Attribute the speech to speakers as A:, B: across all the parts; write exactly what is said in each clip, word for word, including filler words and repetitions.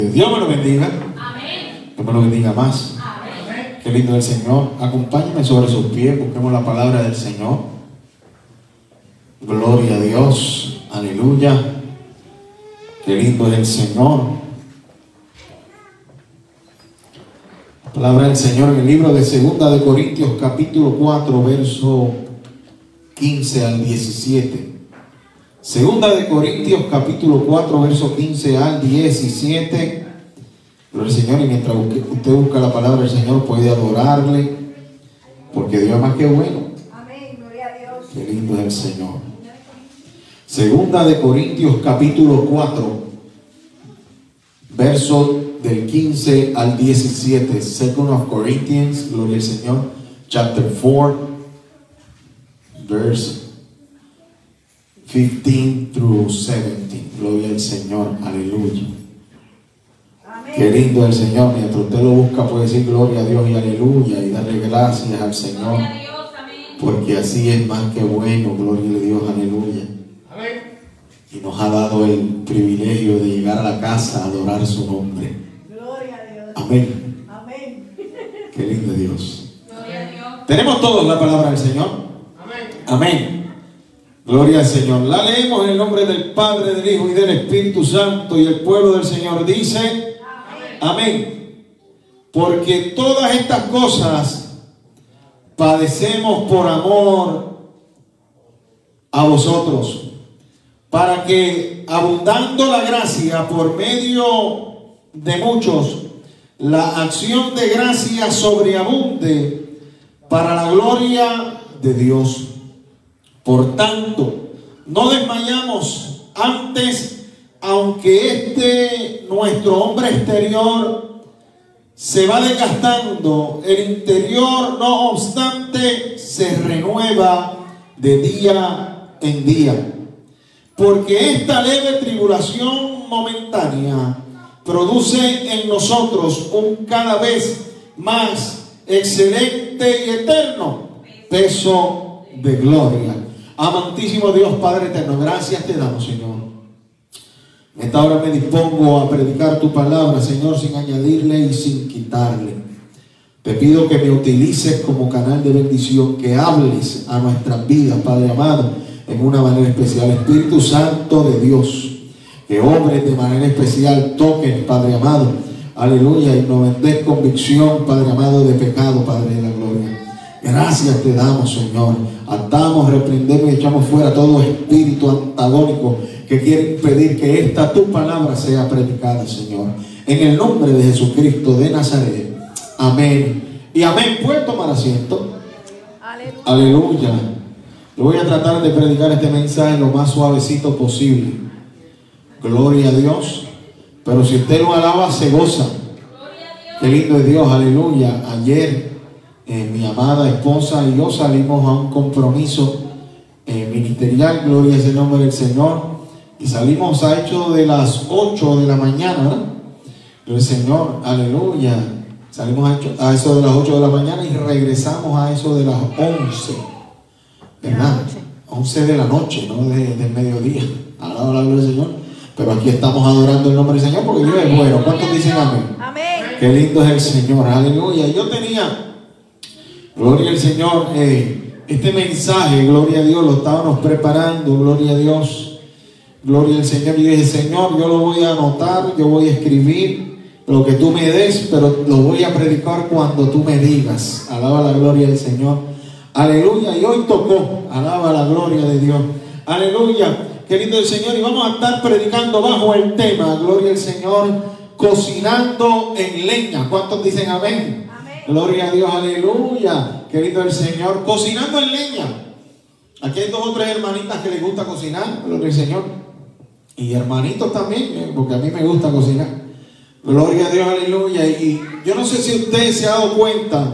A: Dios me lo bendiga.
B: Amén.
A: Dios me lo bendiga más.
B: Amén.
A: Qué lindo el Señor. Acompáñeme sobre sus pies. Busquemos la palabra del Señor. Gloria a Dios. Aleluya. Qué lindo es el Señor. La palabra del Señor en el libro de Segunda de Corintios, capítulo cuatro, verso quince al diecisiete. Segunda de Corintios, capítulo cuatro, verso quince al diecisiete. Gloria al Señor. Y mientras usted busca la palabra del Señor, puede adorarle, porque Dios es más que bueno.
B: Amén. Gloria a Dios.
A: Qué lindo es el Señor. Segunda de Corintios, capítulo cuatro, verso del quince al diecisiete. Second of Corinthians, gloria al Señor, chapter four, verse fifteen through seventeen. Gloria al Señor, aleluya.
B: Amén.
A: Qué lindo es el Señor. Mientras usted lo busca, puede decir gloria a Dios y aleluya, y darle gracias al Señor,
B: Gloria a Dios. Amén.
A: porque así es más que bueno. Gloria a Dios, aleluya. Y nos ha dado el privilegio de llegar a la casa a adorar su nombre.
B: Gloria a Dios.
A: Amén.
B: Amén.
A: Qué lindo Dios.
B: Gloria a Dios.
A: ¿Tenemos todos la palabra del Señor?
B: Amén.
A: Amén. Gloria al Señor. La leemos en el nombre del Padre, del Hijo y del Espíritu Santo. Y el pueblo del Señor dice:
B: Amén.
A: Amén. Porque todas estas cosas padecemos por amor a vosotros, para que, abundando la gracia por medio de muchos, la acción de gracia sobreabunde para la gloria de Dios. Por tanto, no desmayamos. Antes, aunque este nuestro hombre exterior se va desgastando, el interior, no obstante, se renueva de día en día. Porque esta leve tribulación momentánea produce en nosotros un cada vez más excelente y eterno peso de gloria. Amantísimo Dios, Padre eterno, gracias te damos, Señor. En esta hora me dispongo a predicar tu palabra, Señor, sin añadirle y sin quitarle. Te pido que me utilices como canal de bendición, que hables a nuestras vidas, Padre amado, en una manera especial. Espíritu Santo de Dios, que obres de manera especial, toques, Padre amado, aleluya, y nos des convicción, Padre amado, de pecado, Padre de la gloria. Gracias te damos, Señor. Atamos, reprendemos y echamos fuera todo espíritu antagónico que quiere impedir que esta tu palabra sea predicada, Señor. En el nombre de Jesucristo de Nazaret. Amén. Y amén. ¿Puede tomar asiento?
B: Aleluya.
A: Aleluya. Yo voy a tratar de predicar este mensaje lo más suavecito posible. Gloria a Dios. Pero si usted lo alaba, se goza. Qué lindo es Dios. Aleluya. Ayer eh, mi amada esposa y yo salimos a un compromiso eh, ministerial. Gloria es el nombre del Señor. Y salimos a hecho de las ocho de la mañana, ¿verdad? El Señor, aleluya. Salimos a, hecho, a eso de las ocho de la mañana y regresamos a eso de las once. ¿Verdad? once de la noche, no de, del mediodía. Alaba la gloria del Señor. Pero aquí estamos adorando el nombre del Señor porque Dios es bueno. ¿Cuántos dicen amén?
B: Amén.
A: Qué lindo es el Señor. Aleluya. Yo tenía, gloria al Señor, eh, este mensaje, gloria a Dios, lo estábamos preparando, gloria a Dios. Gloria al Señor. Y dije: Señor, yo lo voy a anotar, yo voy a escribir lo que tú me des, pero lo voy a predicar cuando tú me digas. Alaba la gloria del Señor. Aleluya. Y hoy tocó. Alaba la gloria de Dios. Aleluya. Qué lindo el Señor. Y vamos a estar predicando bajo el tema, gloria al Señor, cocinando en leña. ¿Cuántos dicen amén?
B: Amén.
A: Gloria a Dios. Aleluya. Qué lindo el Señor, cocinando en leña. Aquí hay dos o tres hermanitas que les gusta cocinar. Gloria al Señor. Y hermanitos también, porque a mí me gusta cocinar. Gloria a Dios, aleluya. Y yo no sé si usted se ha dado cuenta,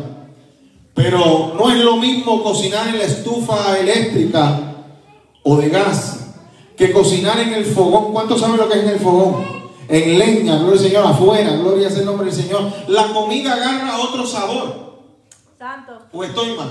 A: pero no es lo mismo cocinar en la estufa eléctrica o de gas que cocinar en el fogón. ¿Cuántos saben lo que es en el fogón? En leña, gloria al Señor, afuera, gloria es el nombre del Señor. La comida agarra otro sabor.
B: Santo.
A: ¿O estoy mal?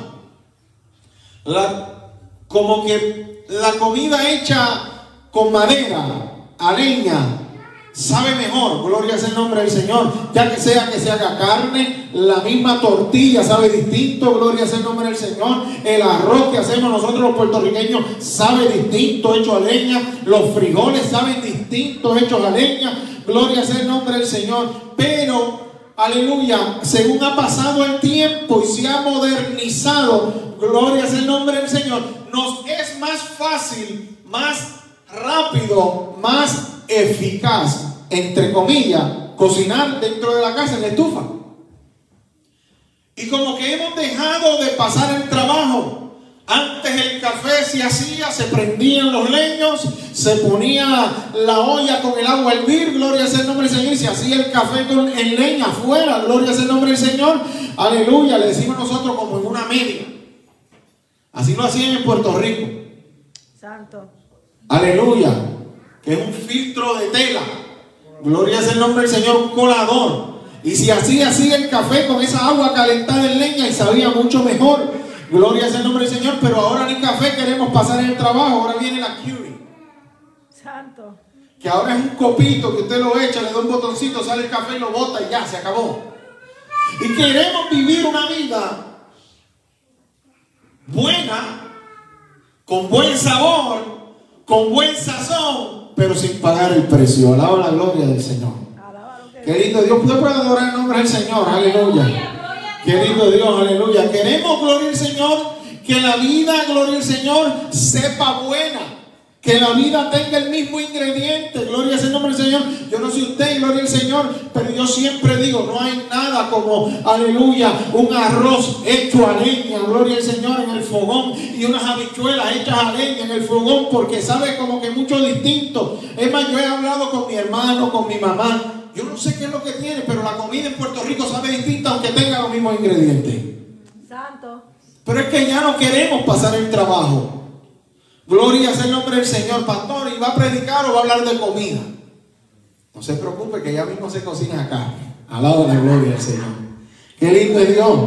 A: La, como que la comida hecha con madera, a leña, sabe mejor, gloria sea el nombre del Señor, ya que sea que se haga carne, la misma tortilla sabe distinto, gloria sea el nombre del Señor, el arroz que hacemos nosotros los puertorriqueños sabe distinto, hecho a leña, los frijoles saben distinto, hechos a leña, gloria sea el nombre del Señor, pero aleluya, según ha pasado el tiempo y se ha modernizado, gloria sea el nombre del Señor, nos es más fácil, más rápido, más eficaz, entre comillas, cocinar dentro de la casa en la estufa. Y como que hemos dejado de pasar el trabajo. Antes el café se hacía, se prendían los leños, se ponía la olla con el agua a hervir, gloria sea el nombre del Señor, y se hacía el café con, en leña afuera, gloria sea el nombre del Señor, aleluya, le decimos nosotros como en una media. Así lo hacían en Puerto Rico.
B: Santo.
A: Aleluya, que es un filtro de tela, gloria sea el nombre del Señor, un colador. Y si hacía así el café con esa agua calentada en leña y sabía mucho mejor. Gloria sea el nombre del Señor, pero ahora ni café queremos pasar en el trabajo, ahora viene la Keurig.
B: Santo. Que
A: ahora es un copito que usted lo echa, le da un botoncito, sale el café y lo bota y ya, se acabó. Y queremos vivir una vida buena, con buen sabor, con buen sazón, pero sin pagar el precio. Alaba la gloria del Señor. Qué lindo Dios, usted puede adorar el nombre del Señor, aleluya. Querido Dios, aleluya. Queremos, gloria al Señor, que la vida, gloria al Señor, sepa buena. Que la vida tenga el mismo ingrediente. Gloria al nombre del Señor. Yo no sé usted, gloria al Señor, pero yo siempre digo, no hay nada como, aleluya, un arroz hecho a leña, gloria al Señor, en el fogón, y unas habichuelas hechas a leña en el fogón, porque sabe como que mucho distinto. Es más, yo he hablado con mi hermano, con mi mamá. Yo no sé qué es lo que tiene, pero la comida en Puerto Rico sabe distinta aunque tenga los mismos ingredientes.
B: Santo.
A: Pero es que ya no queremos pasar el trabajo. Gloria sea el nombre del Señor, pastor, ¿y va a predicar o va a hablar de comida? No se preocupe que ya mismo se cocina acá. Alaba la gloria del Señor. Qué lindo es Dios.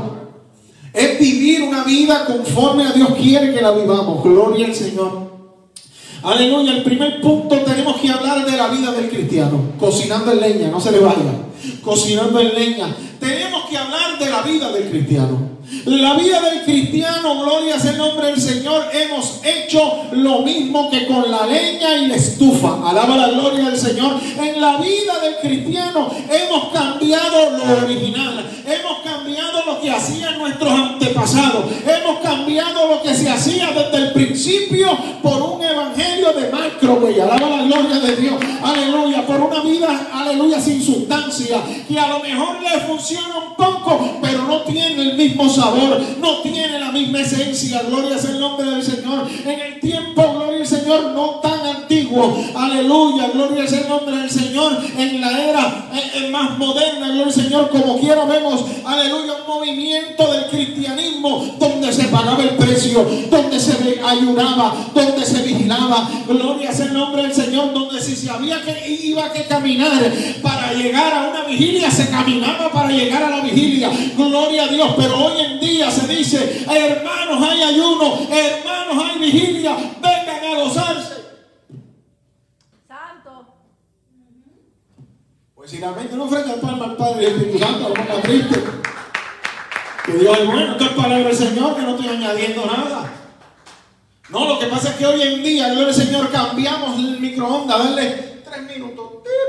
A: Es vivir una vida conforme a Dios quiere que la vivamos. Gloria al Señor. Aleluya, el primer punto tenemos que hablar de la vida del cristiano. Cocinando en leña, no se le vaya. Cocinando en leña. Tenemos que hablar de la vida del cristiano. La vida del cristiano, gloria sea el nombre del Señor, hemos hecho lo mismo que con la leña y la estufa. Alaba la gloria del Señor. En la vida del cristiano hemos cambiado lo original. Hemos cambiado lo que hacían nuestros antepasados. Hemos cambiado lo que se hacía desde el principio por un evangelio de microwave. Alaba la gloria de Dios. Aleluya. Por una vida, aleluya, sin sustancia, que a lo mejor le funciona un poco, pero no tiene el mismo sabor, no tiene la misma esencia. Gloria sea el nombre del Señor. En el tiempo, gloria al Señor, no tan antiguo, aleluya, gloria sea el nombre del Señor. En la era eh, más moderna, gloria al Señor, como quiera vemos, aleluya, un movimiento del cristianismo donde se pagaba el precio, donde se ayunaba, donde se vigilaba, gloria sea el nombre del Señor, donde si se había que iba que caminar para llegar a una vigilia, se caminaba para llegar a la vigilia. Gloria a Dios. Pero hoy en día se dice, hermanos, hay ayuno, hermanos, hay vigilia, vengan a gozarse.
B: Santo.
A: Pues si realmente no ofrenda el palma al Padre y al Espíritu Santo, a lo más triste. Que Dios es bueno, esto es palabra del Señor, que no estoy añadiendo nada. No, lo que pasa es que hoy en día, gloria al Señor, cambiamos el microondas, darle tres minutos.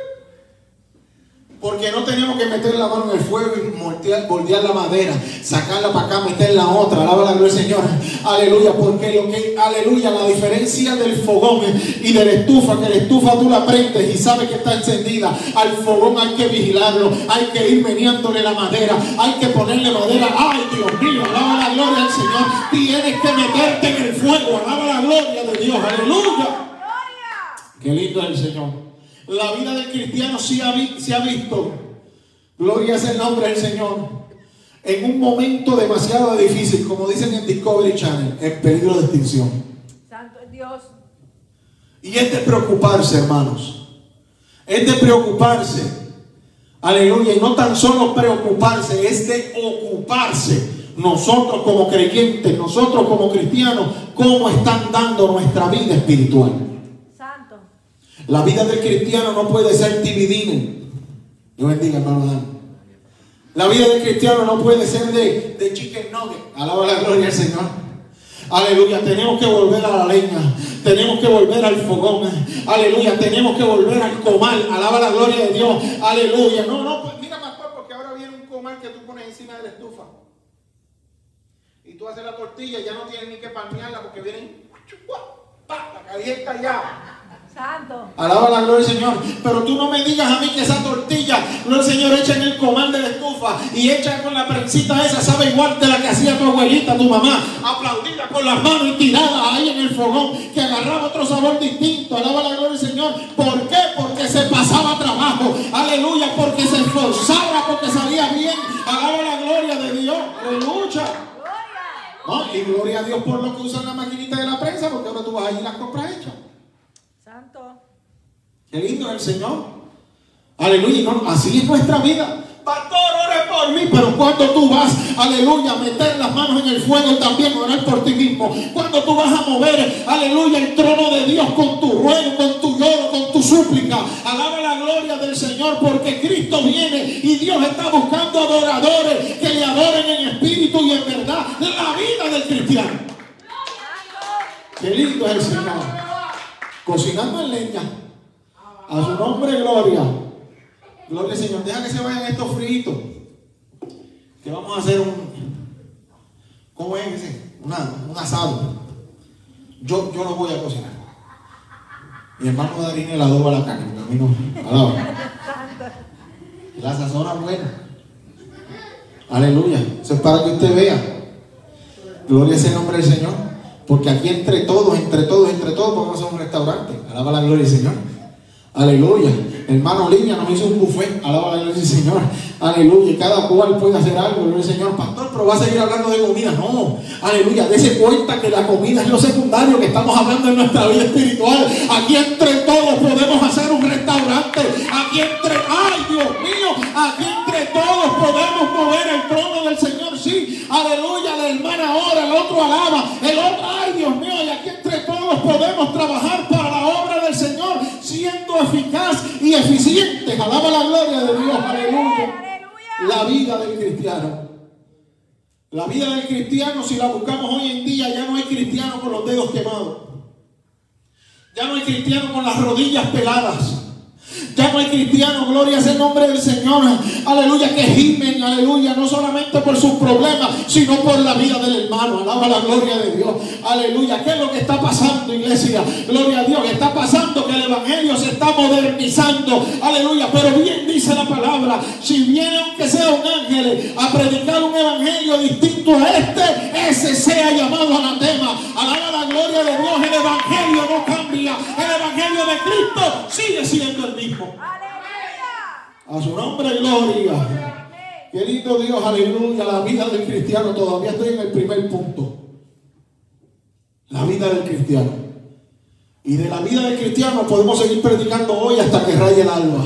A: Porque no teníamos que meter la mano en el fuego y moldear, moldear la madera, sacarla para acá, meter la otra. Alaba la gloria del Señor. Aleluya. Porque lo que, aleluya, la diferencia del fogón y de la estufa, que la estufa tú la prendes y sabes que está encendida. Al fogón hay que vigilarlo, hay que ir meneándole la madera, hay que ponerle madera. Ay, Dios mío, alaba la gloria del Señor. Tienes que meterte en el fuego. Alaba la gloria de Dios. Aleluya. Qué lindo es el Señor. La vida del cristiano sí ha vi, se ha visto, gloria es el nombre del Señor, en un momento demasiado difícil, como dicen en Discovery Channel, en peligro de extinción.
B: Santo es Dios.
A: Y es de preocuparse, hermanos. Es de preocuparse. Aleluya. Y no tan solo preocuparse, es de ocuparse. Nosotros como creyentes, nosotros como cristianos, cómo están dando nuestra vida espiritual. La vida del cristiano no puede ser dividida. Dios bendiga, hermano Dan. La vida del cristiano no puede ser de, de chicken nugget. Alaba la gloria al Señor. Aleluya, tenemos que volver a la leña, tenemos que volver al fogón, aleluya, tenemos que volver al comal, alaba la gloria de Dios, aleluya. No, no, pues mira, pastor, porque ahora viene un comal que tú pones encima de la estufa y tú haces la tortilla y ya no tienes ni que palmearla porque viene, la calienta ya.
B: Santo.
A: Alaba la gloria del Señor. Pero tú no me digas a mí que esa tortilla, no, el Señor echa en el comal de la estufa y echa con la prensita esa, sabe igual de la que hacía tu abuelita, tu mamá, aplaudida con las manos y tirada ahí en el fogón, que agarraba otro sabor distinto. Alaba la gloria del Señor. ¿Por qué? Porque se pasaba trabajo. Aleluya, porque se esforzaba, porque salía bien. Alaba la gloria de Dios. Aleluya. No, y gloria a Dios por lo que usan la maquinita de la prensa, porque ahora tú vas allí y las compras hechas.
B: Santo.
A: Qué lindo es el Señor. Aleluya. No, así es nuestra vida. Pastor, ore por mí. Pero cuando tú vas, aleluya, a meter las manos en el fuego, también orar por ti mismo. Cuando tú vas a mover, aleluya, el trono de Dios con tu ruego, con tu lloro, con tu súplica. Alaba la gloria del Señor, porque Cristo viene y Dios está buscando adoradores que le adoren en espíritu y en verdad. La vida del cristiano. Qué lindo es el Señor. Cocinando en leña. A su nombre, gloria. Gloria al Señor. Deja que se vayan estos fritos. Que vamos a hacer un... ¿Cómo es ese? Una, un asado. Yo, yo lo voy a cocinar. Mi hermano Darín el adoba la carne. A mí no. Alaba. La sazona buena. Aleluya. Eso es para que usted vea. Gloria es el nombre del Señor. Porque aquí entre todos, entre todos, entre todos podemos hacer un restaurante. Alaba la gloria del Señor. Aleluya. Hermano Olivia nos hizo un buffet. Alaba la gloria del Señor. Aleluya. Y cada cual puede hacer algo. Gloria al Señor. Pastor, pero va a seguir hablando de comida. No. Aleluya. Dese cuenta que la comida es lo secundario, que estamos hablando en nuestra vida espiritual. Aquí entre todos podemos hacer un restaurante. Aquí entre, ay Dios mío, aquí entre todos podemos mover el trono del Señor. Sí. Aleluya. La hermana ora, el otro alaba, el otro, ay Dios mío, y aquí entre todos podemos trabajar para la obra del Señor, siendo eficaz y eficientes. Alaba la gloria de Dios. Aleluya. La vida del cristiano. La vida del cristiano, si la buscamos hoy en día, ya no hay cristiano con los dedos quemados. Ya no hay cristiano con las rodillas peladas. Ya no hay cristiano, gloria es el nombre del Señor, aleluya, que gimen, aleluya, no solamente por sus problemas, sino por la vida del hermano. Alaba la gloria de Dios, aleluya. ¿Qué es lo que está pasando, iglesia? Gloria a Dios. Está pasando que el evangelio se está modernizando, aleluya. Pero bien dice la palabra, si viene aunque sea un ángel a predicar un evangelio distinto a este, ese sea llamado anatema. Alaba la gloria de Dios. El evangelio no cambia, el evangelio de Cristo sigue siendo el mismo. A su nombre, gloria. Querido Dios, aleluya. La vida del cristiano, todavía estoy en el primer punto. La vida del cristiano. Y de la vida del cristiano podemos seguir predicando hoy hasta que raye el alba.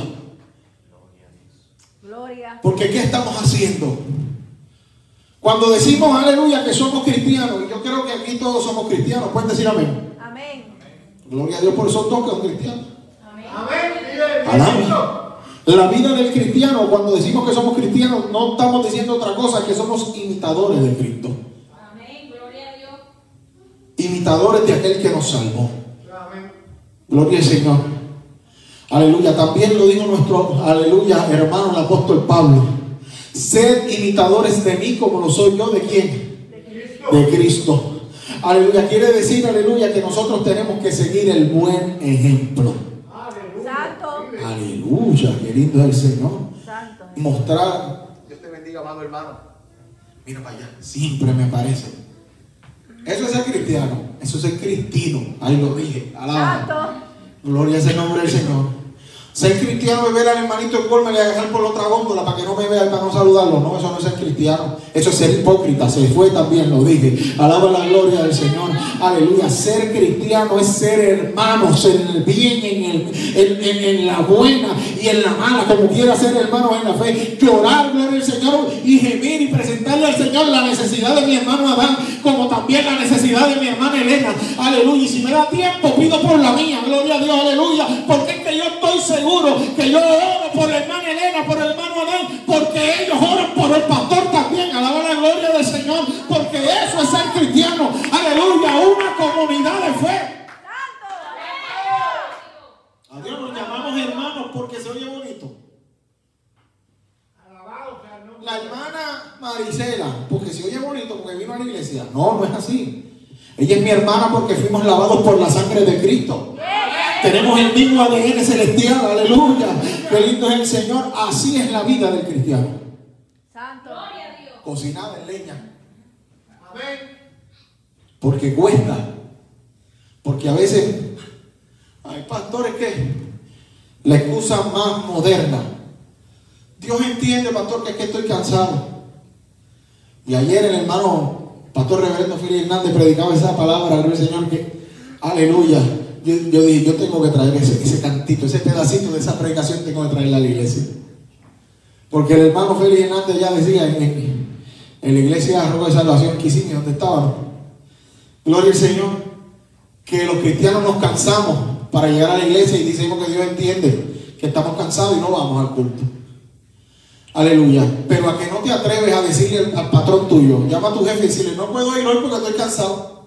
B: Gloria.
A: Porque ¿qué estamos haciendo? Cuando decimos aleluya que somos cristianos, y yo creo que aquí todos somos cristianos, pueden decir amén.
B: Amén.
A: Gloria a Dios por esos dos que son cristianos.
B: Amén.
A: Alaba. La vida del cristiano, cuando decimos que somos cristianos, no estamos diciendo otra cosa, que somos imitadores de Cristo.
B: Amén. Gloria a Dios.
A: Imitadores de aquel que nos salvó. Amén. Gloria al Señor. Aleluya. También lo dijo nuestro, aleluya, hermano el apóstol Pablo. Sed imitadores de mí como lo soy yo. ¿De quién?
B: De Cristo.
A: De Cristo. Aleluya. Quiere decir, aleluya, que nosotros tenemos que seguir el buen ejemplo.
B: Santo.
A: Aleluya. Qué lindo es el Señor.
B: Santo.
A: Mostrar. Dios te bendiga, amado hermano. Mira para allá. Siempre me parece. Eso es ser cristiano. Eso es ser cristino. Ahí lo dije. Alaba.
B: Santo.
A: Gloria es el nombre del Señor. Ser cristiano es ver al hermanito en Walmart y agarrar por la otra góndola para que no me vea y para no saludarlo. No, eso no es ser cristiano. Eso es ser hipócrita. Se fue también, lo dije. Alaba la gloria del Señor. Aleluya. Ser cristiano es ser hermanos en el bien, en, el, en, en, en la buena y en la mala. Como quiera ser hermanos en la fe. Llorar, gloria al Señor, y gemir y presentarle al Señor la necesidad de mi hermano Adán, como también la necesidad de mi hermana Elena. Aleluya. Y si me da tiempo, pido por la mía. Gloria a Dios. Aleluya. Porque es que yo estoy seguro que yo oro por la hermana Elena, por el hermano Adán, porque ellos oran por el pastor también. Alaba la gloria del Señor, porque eso es ser cristiano. Aleluya, una comunidad de fe. A Dios nos llamamos hermanos porque se oye bonito. La hermana Marisela, porque se oye bonito, porque vino a la iglesia. No, no es así. Ella es mi hermana porque fuimos lavados por la sangre de Cristo. Tenemos el mismo A D N celestial, aleluya. Qué lindo es el Señor. Así es la vida del cristiano.
B: Santo.
A: Cocinada en leña. Amén. Porque cuesta. Porque a veces hay pastores que la excusa más moderna. Dios entiende, pastor, que es que estoy cansado. Y ayer el hermano pastor reverendo Fili Hernández predicaba esa palabra del Señor que, aleluya. Yo, yo dije, yo tengo que traer ese, ese cantito, ese pedacito de esa predicación tengo que traerla a la iglesia. Porque el hermano Félix Hernández ya decía en, en, en la iglesia Roca de Salvación, Kissimmee, donde estábamos, gloria al Señor, que los cristianos nos cansamos para llegar a la iglesia y decimos que Dios entiende que estamos cansados y no vamos al culto. Aleluya. Pero a que no te atreves a decirle al, al patrón tuyo, llama a tu jefe y decirle, no puedo ir hoy porque estoy cansado.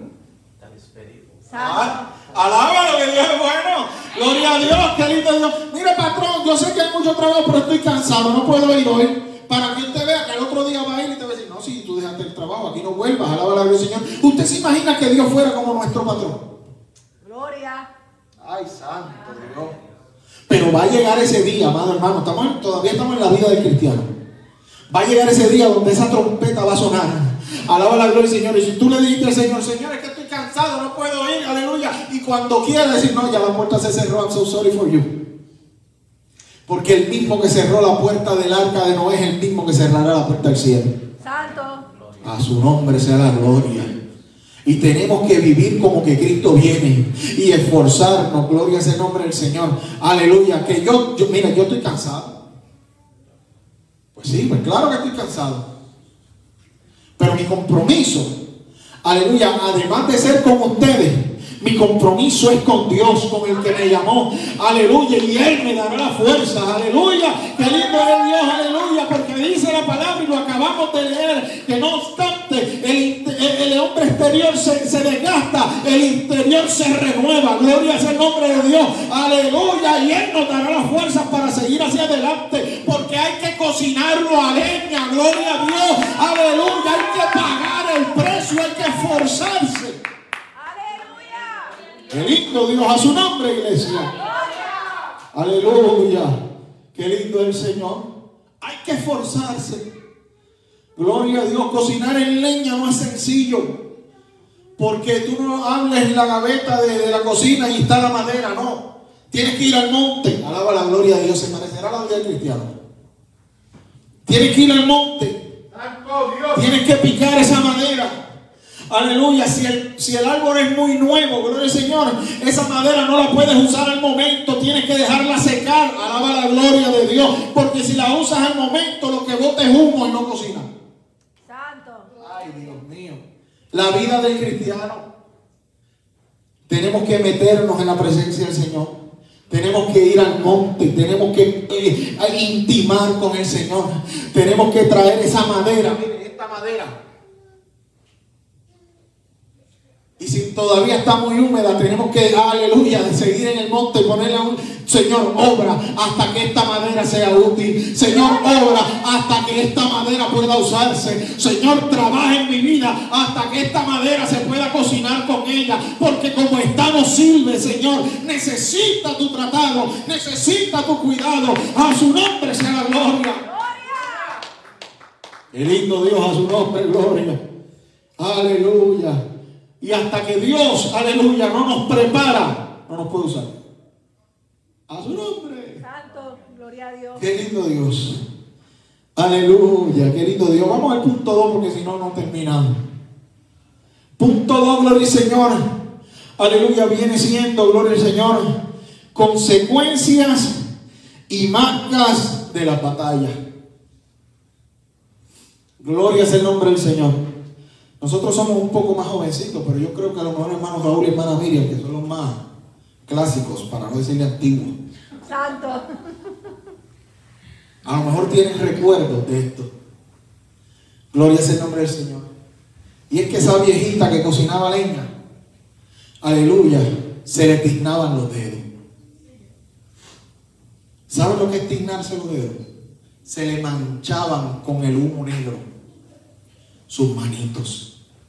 A: Ah, alábalo, que Dios es bueno. Gloria a Dios, qué lindo Dios. Mire, patrón, yo sé que hay mucho trabajo, pero estoy cansado, no puedo ir hoy. Para que usted vea que el otro día va a ir y te va a decir, no, si tú dejaste el trabajo, aquí no vuelvas. Alaba la gloria del Señor. ¿Usted se imagina que Dios fuera como nuestro patrón?
B: Gloria.
A: Ay, santo Dios. Pero va a llegar ese día, amado hermano. Estamos, todavía estamos en la vida del cristiano. Va a llegar ese día donde esa trompeta va a sonar. Alaba la gloria del Señor. Y si tú le dijiste al Señor, Señor, es que estoy cansado, no puedo ir, aleluya. Y cuando quiera decir, no, ya la puerta se cerró, I'm so sorry for you. Porque el mismo que cerró la puerta del arca de Noé es el mismo que cerrará la puerta del cielo.
B: Santo.
A: A su nombre sea la gloria. Y tenemos que vivir como que Cristo viene y esforzarnos, gloria a ese nombre del Señor. Aleluya. Que yo, yo, mira, yo estoy cansado. Pues sí, pues claro que estoy cansado. Pero mi compromiso, aleluya, además de ser con ustedes, mi compromiso es con Dios, con el que me llamó, aleluya, y Él me dará la fuerza, aleluya, qué lindo es Dios, aleluya, porque dice la palabra y lo acabamos de leer, que no obstante el, el, el hombre exterior se, se desgasta, el interior se renueva, gloria es el nombre de Dios, aleluya, y Él nos dará las fuerzas para seguir hacia adelante, porque hay que cocinarlo a leña, gloria a Dios, aleluya, hay que pagar el precio, hay que esforzarse. Qué lindo Dios a su nombre, iglesia. Aleluya. Qué lindo es el Señor. Hay que esforzarse. Gloria a Dios. Cocinar en leña no es sencillo. Porque tú no hables en la gaveta de, de la cocina y está la madera, no. Tienes que ir al monte. Alaba la gloria de Dios. Se parecerá a la vida del cristiano. Tienes que ir al monte. Tienes que picar esa madera. Aleluya, si el, si el árbol es muy nuevo, gloria al Señor, esa madera no la puedes usar al momento, tienes que dejarla secar, alaba la gloria de Dios, porque si la usas al momento, lo que bota es humo y no cocina.
B: Santo.
A: Ay, Dios mío. La vida del cristiano, tenemos que meternos en la presencia del Señor, tenemos que ir al monte, tenemos que eh, intimar con el Señor, tenemos que traer esa madera, miren, esta madera. Y si todavía está muy húmeda, tenemos que, aleluya, seguir en el monte y ponerle a un Señor, obra hasta que esta madera sea útil. Señor, obra hasta que esta madera pueda usarse. Señor, trabaja en mi vida hasta que esta madera se pueda cocinar con ella. Porque como está no sirve, Señor. Necesita tu tratado, necesita tu cuidado. A su nombre sea la gloria. Qué lindo Dios, a su nombre, gloria. Aleluya. Y hasta que Dios, aleluya, no nos prepara, no nos puede usar. A su nombre.
B: Santo, gloria a Dios.
A: Qué lindo Dios. Aleluya, qué lindo Dios. Vamos al punto dos porque si no, no terminamos. Punto dos, gloria al Señor. Aleluya, viene siendo, gloria al Señor, consecuencias y marcas de la batalla. Gloria es el nombre del Señor. Nosotros somos un poco más jovencitos, pero yo creo que a lo mejor hermano Raúl y hermana Miriam, que son los más clásicos, para no decirle antiguos,
B: Santo.
A: a lo mejor tienen recuerdos de esto. Gloria es el nombre del Señor. Y es que esa viejita que cocinaba leña, aleluya, se le tiznaban los dedos. ¿Saben lo que es tiznarse los dedos? Se le manchaban con el humo negro sus manitos.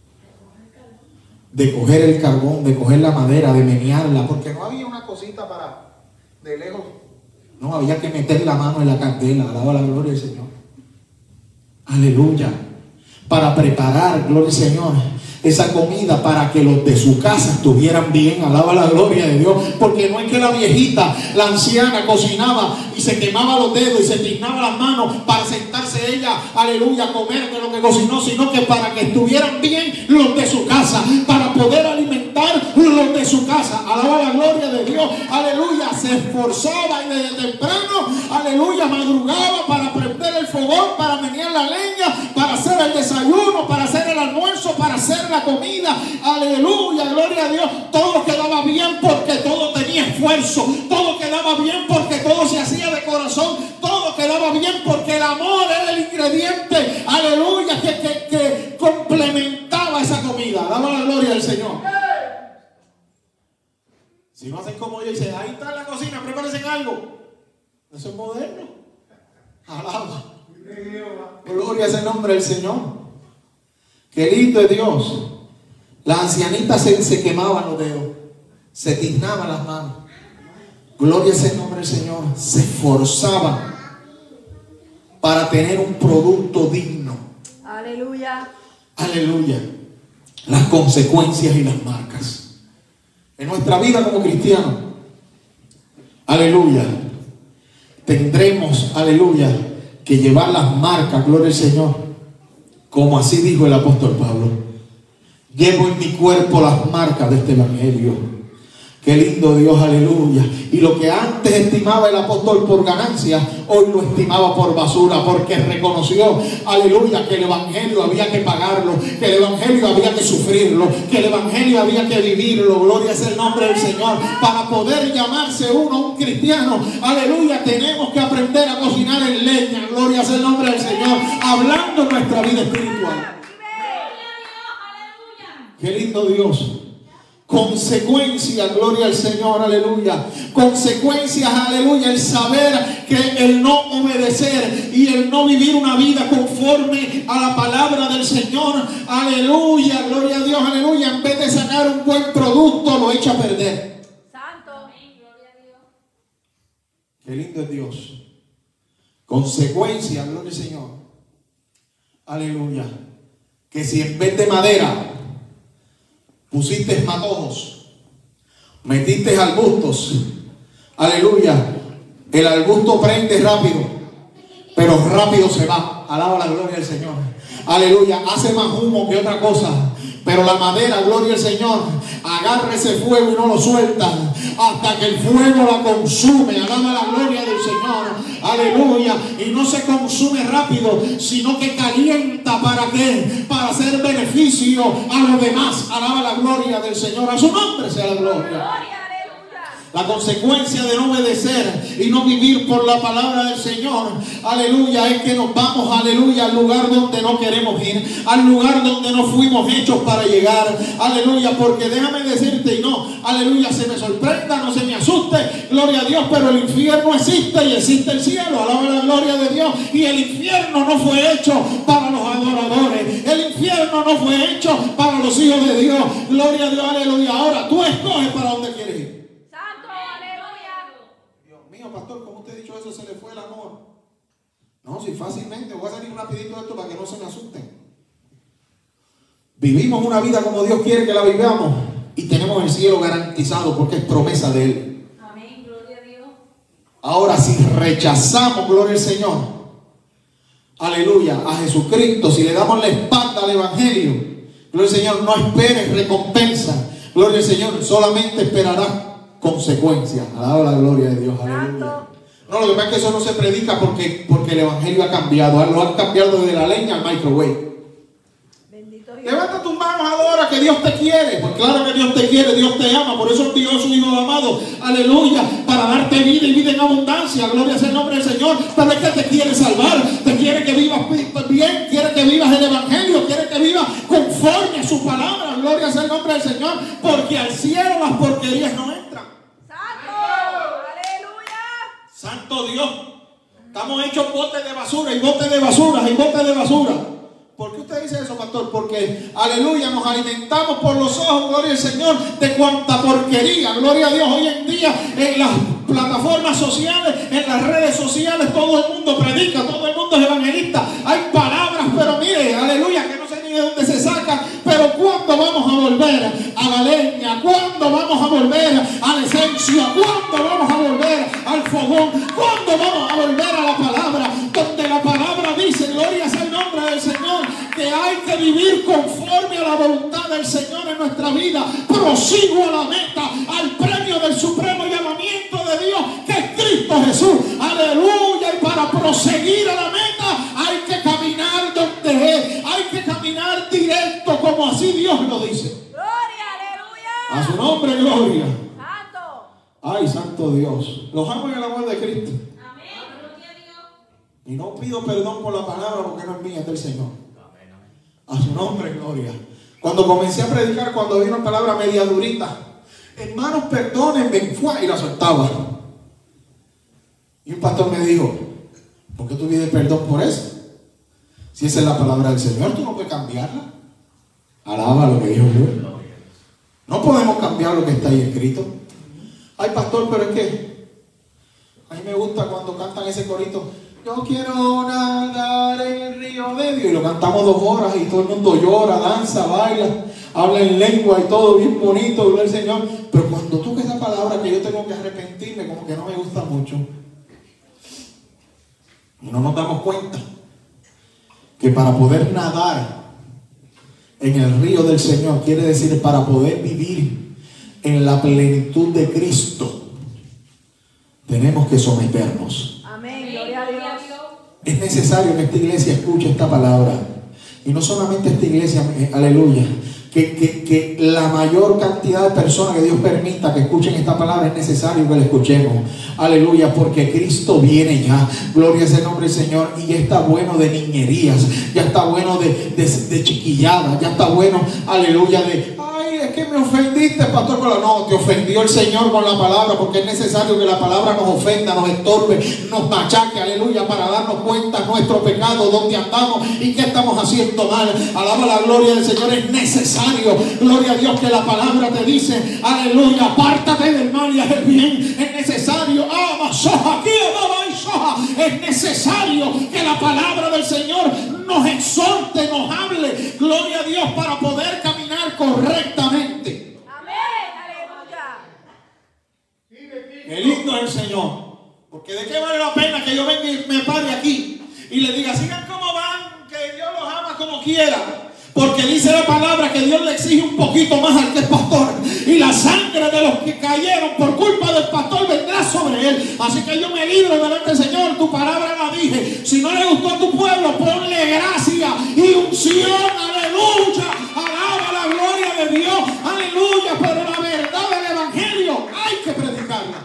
A: De coger el carbón, de coger la madera, de menearla, porque no había una cosita para de lejos. No, había que meter la mano en la candela. Alaba la gloria del Señor. Aleluya. Para preparar, gloria al Señor, esa comida para que los de su casa estuvieran bien. Alaba la gloria de Dios. Porque no es que la viejita, la anciana, cocinaba y se quemaba los dedos y se tiznaba las manos para sentarse ella, aleluya, a comer de lo que cocinó, sino que para que estuvieran bien los de su casa, para poder alimentar los de su casa. Alaba la gloria de Dios. Aleluya. Se esforzaba y desde temprano, aleluya, madrugaba para prender el fogón, para menear la leña, para hacer el desayuno, para hacer el almuerzo, para hacer la comida. Aleluya, gloria a Dios. Todo quedaba bien porque todo tenía esfuerzo. Todo quedaba bien porque todo se hacía de corazón. Todo quedaba bien porque el amor era el ingrediente, aleluya, que, que, que complementaba esa comida. Daba la gloria al Señor. Si no hacen como yo, dice, ahí está la cocina, prepárense algo. Eso es moderno. Alaba. Gloria es el nombre del Señor. Qué lindo es Dios. Las ancianitas se, se quemaban los dedos, se tiznaban las manos. Gloria es el nombre del Señor. Se esforzaban para tener un producto digno.
B: Aleluya.
A: Aleluya. Las consecuencias y las marcas en nuestra vida como cristianos. Aleluya. Tendremos, aleluya, que llevar las marcas, gloria al Señor, como así dijo el apóstol Pablo. Llevo en mi cuerpo las marcas de este evangelio. Qué lindo Dios, aleluya. Y lo que antes estimaba el apóstol por ganancia, hoy lo estimaba por basura, porque reconoció, aleluya, que el evangelio había que pagarlo, que el evangelio había que sufrirlo, que el evangelio había que vivirlo. Gloria es el nombre del Señor. Para poder llamarse uno un cristiano, aleluya, tenemos que aprender a cocinar en leña. Gloria es el nombre del Señor, hablando nuestra vida espiritual. Qué lindo Dios. Consecuencias, gloria al Señor, aleluya. Consecuencias, aleluya, el saber que el no obedecer y el no vivir una vida conforme a la palabra del Señor, aleluya, gloria a Dios, aleluya, en vez de sacar un buen producto, lo echa a perder.
B: Santo, gloria a Dios.
A: Qué lindo es Dios. Consecuencias, gloria al Señor, aleluya, que si en vez de madera pusiste matojos, metiste arbustos, aleluya, el arbusto prende rápido, pero rápido se va. Alaba la gloria del Señor, aleluya. Hace más humo que otra cosa, pero la madera, gloria al Señor, agarra ese fuego y no lo suelta hasta que el fuego la consume. Alaba la gloria del Señor, aleluya. Y no se consume rápido, sino que calienta. ¿Para qué? Para hacer beneficio a los demás. Alaba la gloria del Señor. A su nombre sea la gloria. La consecuencia de no obedecer y no vivir por la palabra del Señor, aleluya, es que nos vamos, aleluya, al lugar donde no queremos ir, al lugar donde no fuimos hechos para llegar, aleluya. Porque déjame decirte, y no, aleluya, se me sorprenda, no se me asuste, gloria a Dios, pero el infierno existe y existe el cielo. Alaba la gloria de Dios. Y el infierno no fue hecho para los adoradores, el infierno no fue hecho para los hijos de Dios. Gloria a Dios, aleluya. Ahora tú escoges para dónde quieres ir. Pastor, como usted ha dicho eso, se le fue el amor. No, si fácilmente, voy a salir rapidito de esto para que no se me asusten. Vivimos una vida como Dios quiere que la vivamos y tenemos el cielo garantizado porque es promesa de Él.
B: Amén, gloria a Dios.
A: Ahora, si rechazamos, gloria al Señor, aleluya, a Jesucristo, si le damos la espalda al Evangelio, gloria al Señor, no esperes recompensa. Gloria al Señor, solamente esperarás consecuencias. Alaba la gloria de Dios, aleluya. No, lo que pasa es que eso no se predica porque, porque el Evangelio ha cambiado. Lo han cambiado desde la leña al microwave. Levanta tus manos, adora que Dios te quiere. Pues claro que Dios te quiere, Dios te ama. Por eso envió a su Hijo amado, aleluya, para darte vida y vida en abundancia. Gloria sea el nombre del Señor. Pero es que te quiere salvar, te quiere que vivas bien, quiere que vivas el Evangelio, quiere que vivas conforme a su palabra. Gloria sea el nombre del Señor. Porque al cielo las porquerías no entran.
B: Santo, aleluya.
A: Santo Dios. Estamos hechos botes de basura y botes de basura y botes de basura. ¿Por qué usted dice eso, pastor? Porque, aleluya, nos alimentamos por los ojos, gloria al Señor, de cuanta porquería. Gloria a Dios, hoy en día en las plataformas sociales, en las redes sociales, todo el mundo predica, todo el mundo es evangelista. Hay palabras, pero mire, aleluya, que no sé ni de dónde se sacan. Pero ¿cuándo vamos a volver a la leña? ¿Cuándo vamos a volver a la esencia? ¿Cuándo vamos a volver al fogón? ¿Cuándo vamos a volver a la palabra? Donde la palabra dice, gloria sea el nombre del Señor, que hay que vivir conforme a la voluntad del Señor en nuestra vida. Prosigo a la meta, al premio del supremo llamamiento de Dios, que es Cristo Jesús. Aleluya. Y para proseguir a la meta hay que caminar donde es, hay que caminar directo, como así Dios lo dice.
B: Gloria, aleluya.
A: A su nombre, gloria.
B: Santo.
A: Ay, santo Dios. Los amo en el amor de Cristo.
B: Amén. Gloria a Dios.
A: Y no pido perdón por la palabra porque no es mía, es del Señor. A su nombre, gloria. Cuando comencé a predicar, cuando vi una palabra media durita, hermanos, perdónenme, fue y la soltaba. Y un pastor me dijo, ¿por qué tú pides perdón por eso? Si esa es la palabra del Señor, tú no puedes cambiarla. Alaba lo que dijo Dios. No podemos cambiar lo que está ahí escrito. Ay, pastor, pero es que a mí me gusta cuando cantan ese corito. Yo quiero nadar en el río de Dios. Y lo cantamos dos horas y todo el mundo llora, danza, baila, habla en lengua y todo bien bonito, gloria al Señor. Pero cuando toca esa palabra que yo tengo que arrepentirme, como que no me gusta mucho. Y no nos damos cuenta que para poder nadar en el río del Señor, quiere decir para poder vivir en la plenitud de Cristo, tenemos que someternos.
B: Amén, gloria a Dios.
A: Es necesario que esta iglesia escuche esta palabra. Y no solamente esta iglesia, eh, aleluya, que, que, que la mayor cantidad de personas que Dios permita que escuchen esta palabra, es necesario que la escuchemos. Aleluya, porque Cristo viene ya. Gloria sea el nombre del Señor. Y ya está bueno de niñerías, ya está bueno de, de, de chiquilladas, ya está bueno, aleluya, de... Es que me ofendiste, pastor. No, te ofendió el Señor con la palabra, porque es necesario que la palabra nos ofenda, nos estorbe, nos machaque, aleluya, para darnos cuenta de nuestro pecado, dónde andamos y qué estamos haciendo mal. Alaba la gloria del Señor. Es necesario, gloria a Dios, que la palabra te dice, aleluya, apártate del mal y haz el bien. Es necesario, ama, soja, aquí, amaba y soja. Es necesario que la palabra del Señor nos exhorte, nos hable, gloria a Dios, para poder caminar correctamente.
B: Amén, aleluya.
A: Qué lindo es el Señor. Porque de qué vale la pena que yo venga y me pare aquí y le diga, sigan como van, que Dios los ama como quiera. Porque dice la palabra que Dios le exige un poquito más al que es pastor. Y la sangre de los que cayeron por culpa del pastor vendrá sobre él. Así que yo me libro delante del Señor. Tu palabra la dije. Si no le gustó a tu pueblo, ponle gracia y unción. Aleluya. Alaba la gloria de Dios. Aleluya. Pero la verdad del evangelio hay que predicarla.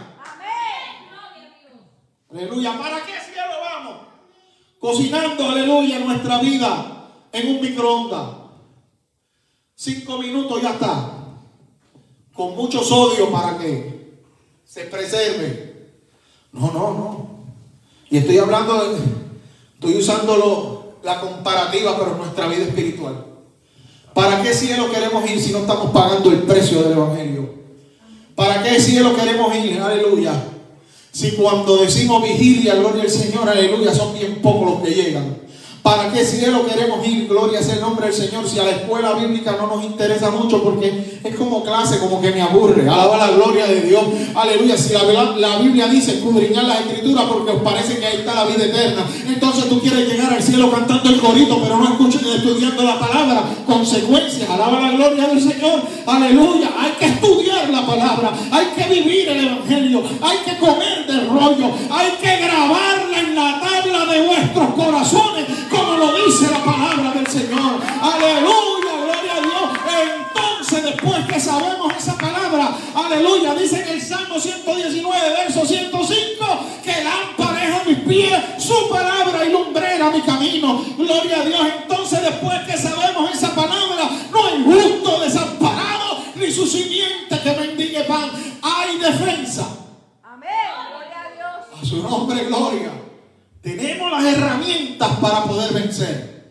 B: Amén.
A: Aleluya. ¿Para qué cielo vamos? Cocinando, aleluya, nuestra vida en un microondas. Cinco minutos ya está. Con mucho sodio para que se preserve. No, no, no. Y estoy hablando, de, estoy usando lo, la comparativa, pero en nuestra vida espiritual. ¿Para qué cielo queremos ir si no estamos pagando el precio del evangelio? ¿Para qué cielo queremos ir? Aleluya. Si cuando decimos vigilia, gloria al Señor, aleluya, son bien pocos los que llegan. ¿Para qué cielo queremos ir? Gloria sea el nombre del Señor. Si a la escuela bíblica no nos interesa mucho porque es como clase, como que me aburre. Alaba la gloria de Dios. Aleluya. Si la, la Biblia dice escudriñar las escrituras porque os parece que ahí está la vida eterna, entonces tú quieres llegar al cielo cantando el corito, pero no escuches estudiando la palabra. Consecuencias. Alaba la gloria del Señor. Aleluya. Hay que estudiar la palabra. Hay que vivir el evangelio. Hay que comer del rollo. Hay que grabarla en la tabla de vuestros corazones, como lo dice la palabra del Señor. Aleluya, gloria a Dios. Entonces, después que sabemos esa palabra, aleluya, dice en el Salmo ciento diecinueve, verso ciento cinco, que lámpara es a mis pies su palabra y lumbrera a mi camino. Gloria a Dios. Entonces, después que sabemos esa palabra, no hay justo desamparado, ni su simiente que mendigue pan. Hay defensa.
B: Amén. Gloria a Dios.
A: A su nombre, gloria. Tenemos las herramientas para poder vencer.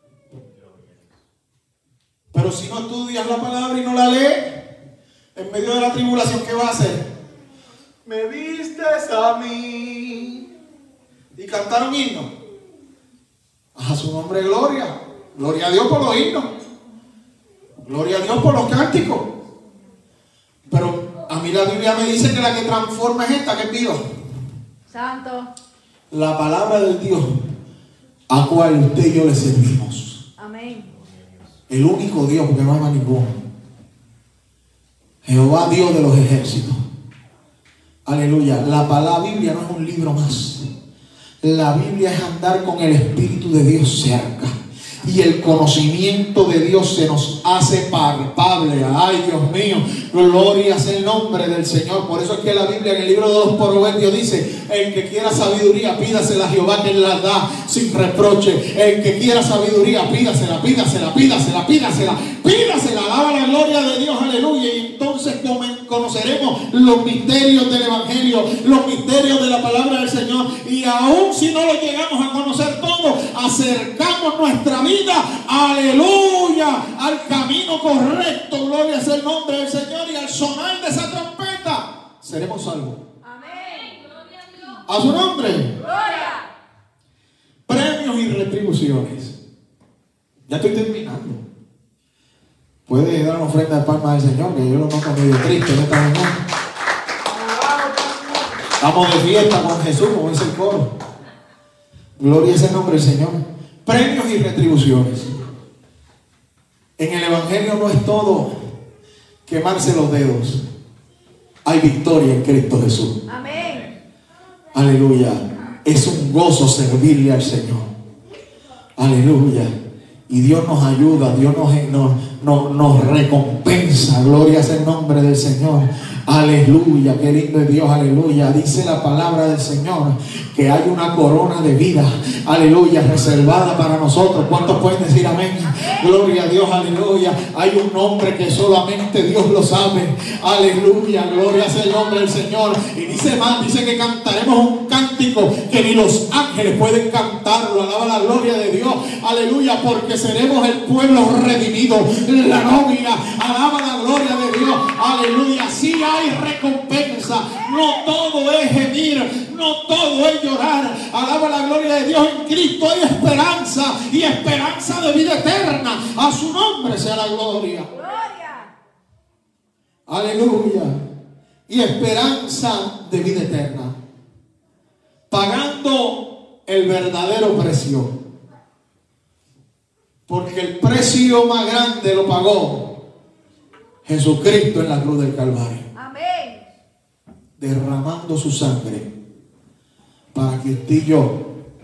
A: Pero si no estudias la palabra y no la lees, en medio de la tribulación, ¿qué va a hacer? Me vistes a mí. Y cantaron himnos. A su nombre, gloria. Gloria a Dios por los himnos. Gloria a Dios por los cánticos. Pero a mí la Biblia me dice que la que transforma es esta que pido.
B: Santo.
A: La palabra del Dios a cual usted y yo le servimos.
B: Amén.
A: El único Dios, porque no hay más ninguno. Jehová, Dios de los ejércitos. Aleluya. La palabra Biblia no es un libro más. La Biblia es andar con el Espíritu de Dios cerca. Y el conocimiento de Dios se nos hace palpable. Ay, Dios mío, gloria sea el nombre del Señor. Por eso es que la Biblia en el libro de los Proverbios dice: el que quiera sabiduría, pídasela a Jehová, que él la da sin reproche. El que quiera sabiduría, pídasela, pídasela, pídasela, pídasela, pídasela. Alaba la gloria de Dios, aleluya. Y entonces conoceremos los misterios del Evangelio, los misterios de la palabra del Señor. Y aún si no lo llegamos a conocer todo, acercamos nuestra vida, aleluya, al camino correcto. Gloria sea el nombre del Señor. Y al sonar de esa trompeta seremos salvos.
B: Amén. Gloria a Dios.
A: A su nombre.
B: Gloria.
A: Premios y retribuciones. Ya estoy terminando. Puede dar una ofrenda de palma al Señor, que yo lo noto medio triste en esta mañana. Estamos de fiesta con Jesús, como dice el coro. Gloria es el nombre del Señor. Premios y retribuciones. En el Evangelio no es todo quemarse los dedos. Hay victoria en Cristo Jesús.
B: Amén.
A: Aleluya. Es un gozo servirle al Señor. Aleluya. Y Dios nos ayuda, Dios nos, nos, nos, nos recompensa. Gloria sea el nombre del Señor. Aleluya, qué lindo es Dios, aleluya. Dice la palabra del Señor que hay una corona de vida, aleluya, reservada para nosotros. ¿Cuántos pueden decir amén? Gloria a Dios, aleluya. Hay un nombre que solamente Dios lo sabe. Aleluya, gloria sea el nombre del Señor. Y dice más, dice que cantaremos un cántico que ni los ángeles pueden cantarlo. Alaba la gloria de Dios, aleluya, porque seremos el pueblo redimido, la novia. Alaba la gloria de Dios, aleluya. Sí hay recompensa. No todo es gemir, no todo es llorar. Alaba la gloria de Dios. En Cristo hay esperanza, y esperanza de vida eterna. A su nombre sea la gloria.
B: Gloria.
A: Aleluya. Y esperanza de vida eterna, pagando el verdadero precio, porque el precio más grande lo pagó Jesucristo en la cruz del Calvario.
B: Amén.
A: Derramando su sangre para que usted y yo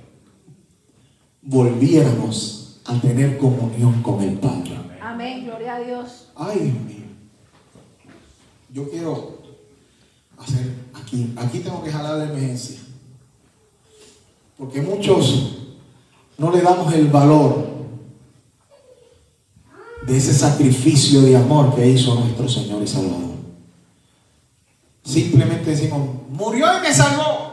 A: volviéramos a tener comunión con el Padre.
B: Amén. Gloria a Dios.
A: Ay, Dios mío. Yo quiero hacer aquí, aquí tengo que jalar de emergencia, porque muchos no le damos el valor de ese sacrificio de amor que hizo nuestro Señor y Salvador. Simplemente decimos, murió y me salvó.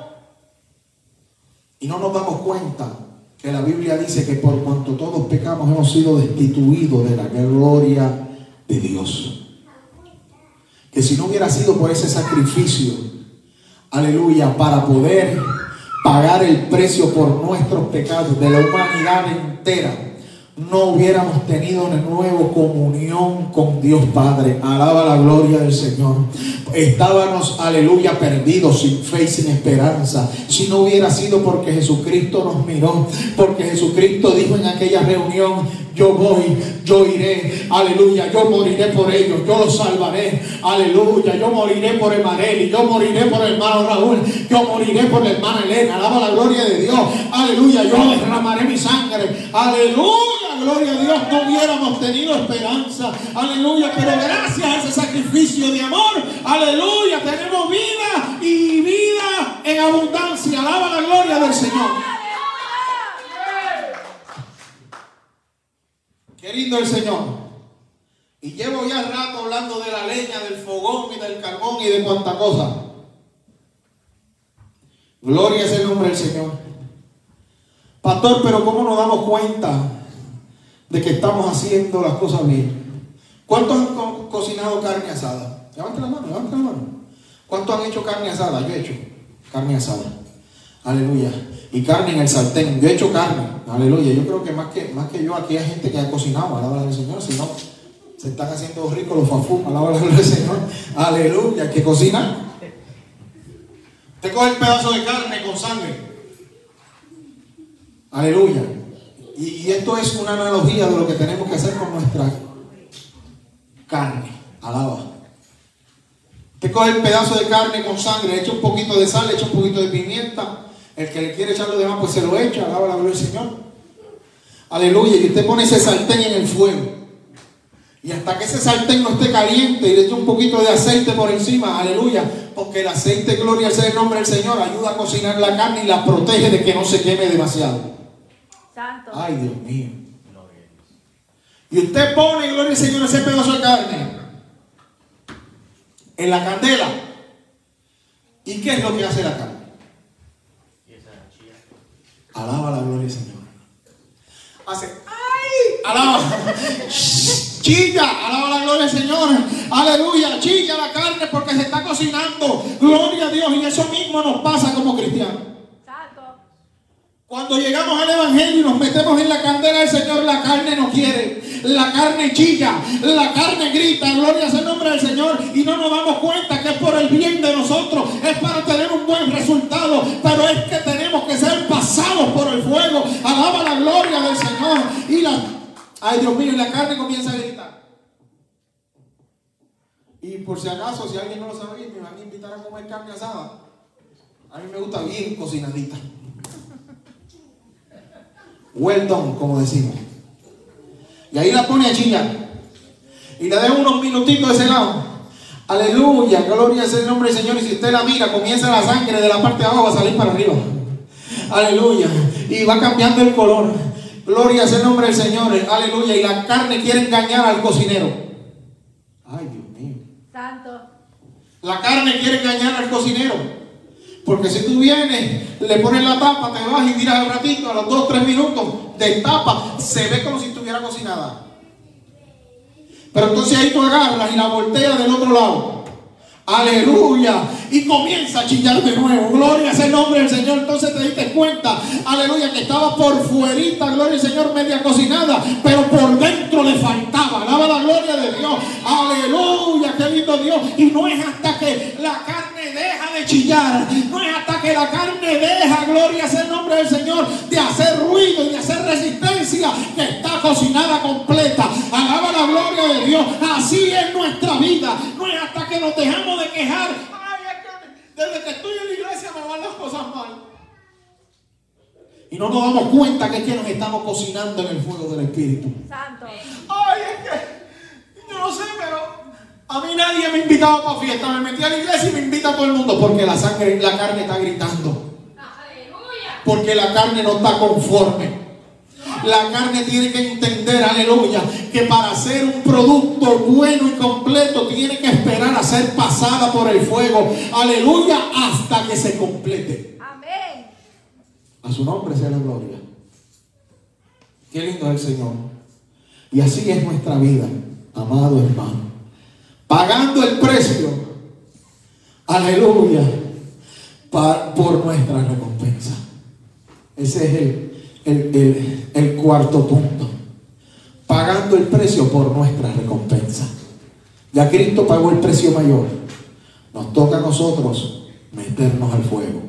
A: Y no nos damos cuenta que la Biblia dice que por cuanto todos pecamos hemos sido destituidos de la gloria de Dios. Que si no hubiera sido por ese sacrificio, aleluya, para poder pagar el precio por nuestros pecados de la humanidad entera, no hubiéramos tenido de nuevo comunión con Dios Padre. Alaba la gloria del Señor. Estábamos, aleluya, perdidos, sin fe y sin esperanza, si no hubiera sido porque Jesucristo nos miró, porque Jesucristo dijo en aquella reunión: yo voy, yo iré, aleluya, yo moriré por ellos, yo los salvaré, aleluya, yo moriré por Emanuel, yo moriré por el hermano Raúl, yo moriré por la hermana Elena. Alaba la gloria de Dios, aleluya, yo derramaré mi sangre, aleluya, gloria a Dios. No hubiéramos tenido esperanza, aleluya, pero gracias a ese sacrificio de amor, aleluya, tenemos vida y vida en abundancia. Alaba la gloria del Señor. Qué lindo el Señor. Y llevo ya rato hablando de la leña, del fogón y del carbón y de cuanta cosa. Gloria es el nombre del Señor. Pastor, pero ¿cómo nos damos cuenta de que estamos haciendo las cosas bien? ¿Cuántos han co cocinado carne asada? Levanten la mano, levanten la mano. ¿Cuántos han hecho carne asada? Yo he hecho carne asada. Aleluya. Y carne en el sartén. Yo he hecho carne. Aleluya. Yo creo que más que, más que yo, aquí hay gente que ha cocinado. Alaba al Señor. Si no, se están haciendo ricos los fafú. Alaba al Señor. Aleluya. ¿Que cocinan? Te coge el pedazo de carne con sangre. Aleluya. Y, y esto es una analogía de lo que tenemos que hacer con nuestra carne. Alaba. Te coge el pedazo de carne con sangre, le echa un poquito de sal, le echa un poquito de pimienta. El que le quiere echar lo demás, pues se lo echa. Alaba la gloria del Señor. Aleluya. Y usted pone ese sartén en el fuego. Y hasta que ese sartén no esté caliente y le echa un poquito de aceite por encima. Aleluya. Porque el aceite, gloria al el nombre del Señor, ayuda a cocinar la carne y la protege de que no se queme demasiado.
B: Santo.
A: Ay, Dios mío. Y usted pone, gloria al Señor, ese pedazo de carne en la candela. ¿Y qué es lo que hace la carne? Alaba la gloria del Señor. Hace, ¡ay! Alaba. Chilla, alaba la gloria del Señor. Aleluya, chilla la carne porque se está cocinando. Gloria a Dios. Y eso mismo nos pasa como cristianos. Cuando llegamos al Evangelio y nos metemos en la candela del Señor, la carne no quiere, la carne chilla, la carne grita, gloria sea el nombre del Señor, y no nos damos cuenta que es por el bien de nosotros, es para tener un buen resultado, pero es que tenemos que ser pasados por el fuego. Alaba la gloria del Señor. Y la, ay Dios mío, y la carne comienza a gritar. Y por si acaso, si alguien no lo sabía, me van a invitar a comer carne asada. A mí me gusta bien cocinadita. Well done, como decimos. Y ahí la pone a chillar. Y le deja unos minutitos de ese lado. Aleluya, gloria sea el nombre del Señor. Y si usted la mira, comienza la sangre de la parte de abajo a salir para arriba. Aleluya. Y va cambiando el color. Gloria sea el nombre del Señor. Aleluya. Y la carne quiere engañar al cocinero. Ay, Dios mío.
B: Santo.
A: La carne quiere engañar al cocinero. Porque si tú vienes, le pones la tapa, te vas y tiras al ratito, a los dos, tres minutos, de tapa, se ve como si estuviera cocinada. Pero entonces ahí tú agarras y la volteas del otro lado. Aleluya. Y comienza a chillar de nuevo. Gloria sea el nombre del Señor. Entonces te diste cuenta, aleluya, que estaba por fuerita, gloria al Señor, media cocinada, pero por dentro le faltaba. Alaba la gloria de Dios. Aleluya, qué lindo Dios. Y no es hasta que la carne deja de chillar, no es hasta que la carne deja, gloria sea el nombre del Señor, de hacer ruido y de hacer resistencia, que está cocinada completa. Alaba la gloria de Dios. Así es nuestra vida. No es hasta que nos dejamos de quejar. Ay, es que desde que estoy en la iglesia me van las cosas mal. Y no nos damos cuenta que es que nos estamos cocinando en el fuego del Espíritu.
B: Santo.
A: Ay, es que yo no sé, pero a mí nadie me invitaba para fiesta. Me metí a la iglesia y me invita a todo el mundo porque la sangre, la carne está gritando. Aleluya. Porque la carne no está conforme. La carne tiene que entender, aleluya, que para ser un producto bueno y completo tiene que esperar a ser pasada por el fuego, aleluya, hasta que se complete.
B: Amén.
A: A su nombre sea la gloria. Qué lindo es el Señor. Y así es nuestra vida, amado hermano. Pagando el precio, aleluya, para, por nuestra recompensa. Ese es el, el, el, el cuarto punto. Pagando el precio por nuestra recompensa. Ya Cristo pagó el precio mayor. Nos toca a nosotros meternos al fuego.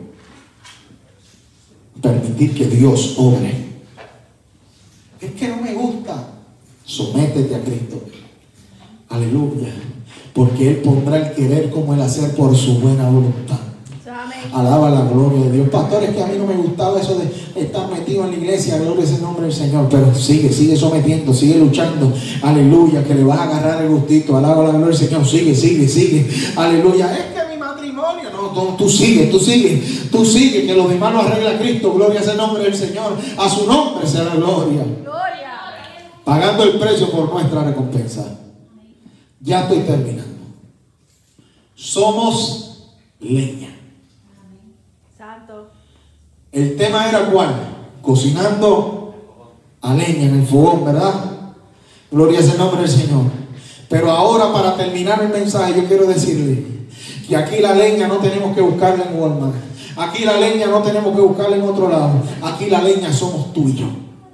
A: Permitir que Dios obre. Es que no me gusta. Sométete a Cristo. Aleluya. Porque Él pondrá el querer como el hacer por su buena voluntad. Alaba la gloria de Dios. Pastor, es que a mí no me gustaba eso de estar metido en la iglesia. Gloria es el nombre del Señor. Pero sigue, sigue sometiendo, sigue luchando. Aleluya, que le vas a agarrar el gustito. Alaba la gloria del Señor. Sigue, sigue, sigue. Aleluya. Es que mi matrimonio. No, tú, tú sigue, tú sigue. Tú sigue, que los demás lo arregla Cristo. Gloria es el nombre del Señor. A su nombre sea la gloria. Gloria. Pagando el precio por nuestra recompensa. Ya estoy terminando. Somos leña. El tema era ¿cuál? Cocinando a leña en el fogón, ¿verdad? Gloria es el nombre del Señor. Pero ahora, para terminar el mensaje, yo quiero decirle que aquí la leña no tenemos que buscarla en Walmart. Aquí la leña no tenemos que buscarla en otro lado. Aquí la leña somos tú y yo.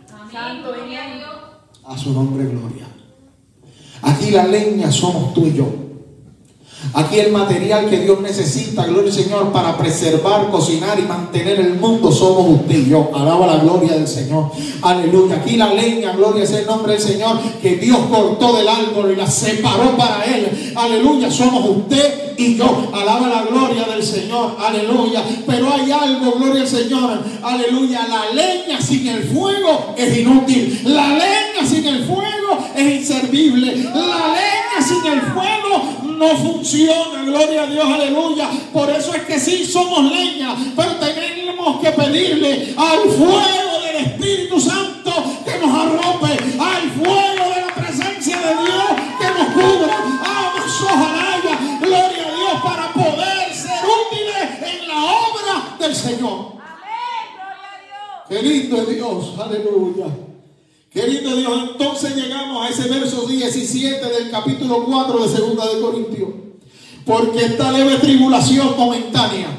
A: A su nombre, gloria. Aquí la leña somos tú y yo. Aquí el material que Dios necesita, gloria al Señor, para preservar, cocinar y mantener el mundo somos usted y yo. Alaba la gloria del Señor. Aleluya. Aquí la leña, gloria es el nombre del Señor, que Dios cortó del árbol y la separó para Él. Aleluya. Somos usted y yo. Alaba la gloria del Señor. Aleluya. Pero hay algo, gloria al Señor. Aleluya. La leña sin el fuego es inútil. La leña sin el fuego es inservible. La leña sin el fuego no funciona, gloria a Dios, aleluya. Por eso es que sí somos leña, pero tenemos que pedirle al fuego del Espíritu Santo que nos arrope, al fuego de la presencia de Dios que nos cubra. Vamos, ojalá, gloria a Dios, para poder ser útiles en la obra del Señor. Amén, gloria a Dios. Qué lindo es Dios, aleluya. Querido Dios, entonces llegamos a ese verso diecisiete del capítulo cuatro de segunda de Corintios. Porque esta leve tribulación momentánea,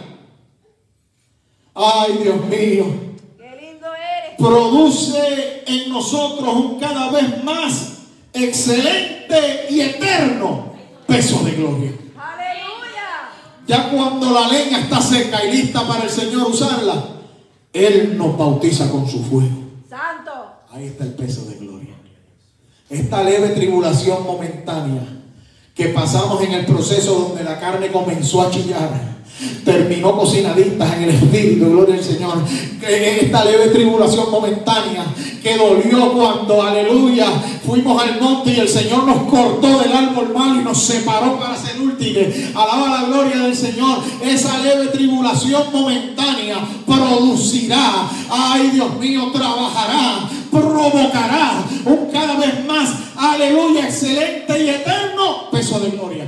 A: ay Dios mío, qué lindo eres, produce en nosotros un cada vez más excelente y eterno peso de gloria. Aleluya. Ya cuando la leña está seca y lista para el Señor usarla, Él nos bautiza con su fuego. Santo. Ahí está el peso de gloria. Esta leve tribulación momentánea que pasamos en el proceso donde la carne comenzó a chillar, terminó cocinaditas en el Espíritu, gloria al Señor. En esta leve tribulación momentánea que dolió cuando, aleluya, fuimos al monte y el Señor nos cortó del árbol malo y nos separó para ser útiles. Alaba la gloria del Señor. Esa leve tribulación momentánea producirá, ay Dios mío, trabajará, provocará un cada vez más, aleluya, excelente y eterno peso de gloria.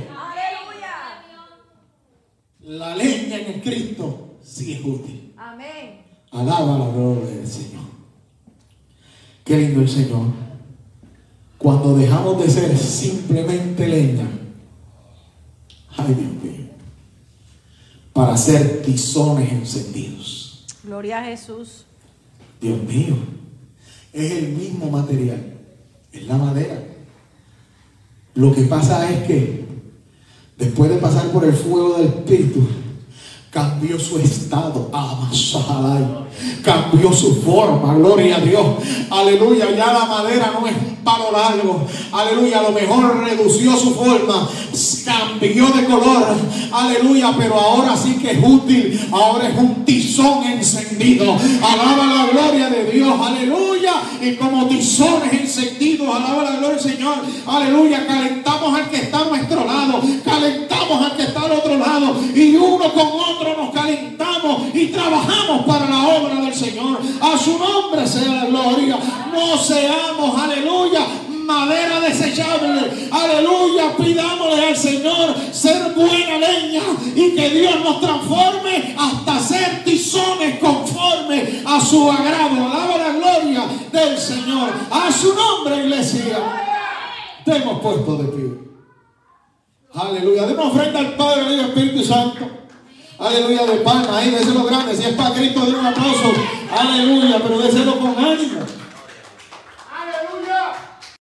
A: La leña en el Cristo sí es útil. Amén. Alaba la gloria del Señor. Qué lindo el Señor. Cuando dejamos de ser simplemente leña, ay Dios mío, para ser tizones encendidos.
B: Gloria a Jesús.
A: Dios mío, es el mismo material, es la madera. Lo que pasa es que después de pasar por el fuego del Espíritu, cambió su estado, Amasalay, cambió su forma, gloria a Dios, aleluya. Ya la madera no es un palo largo, aleluya, a lo mejor redució su forma, cambió de color, aleluya, pero ahora sí que es útil, ahora es un tizón encendido. Alaba la gloria de Dios, aleluya. Y como tizones encendidos, alaba la gloria del Señor, aleluya, calentamos al que está a nuestro lado, calentamos al que está al otro lado, y uno con otro nos calentamos y trabajamos para la obra del Señor. A su nombre sea la gloria. No seamos, aleluya, madera desechable, aleluya. Pidámosle al Señor ser buena leña y que Dios nos transforme hasta ser tizones conforme a su agrado. Alaba la gloria del Señor. A su nombre, iglesia. Te hemos puesto de pie. Aleluya. Demos ofrenda al Padre y al Espíritu Santo. aleluya, de palma. Ahí, déselo grande. Si es para Cristo, de un aplauso. Aleluya, pero déselo con ánimo.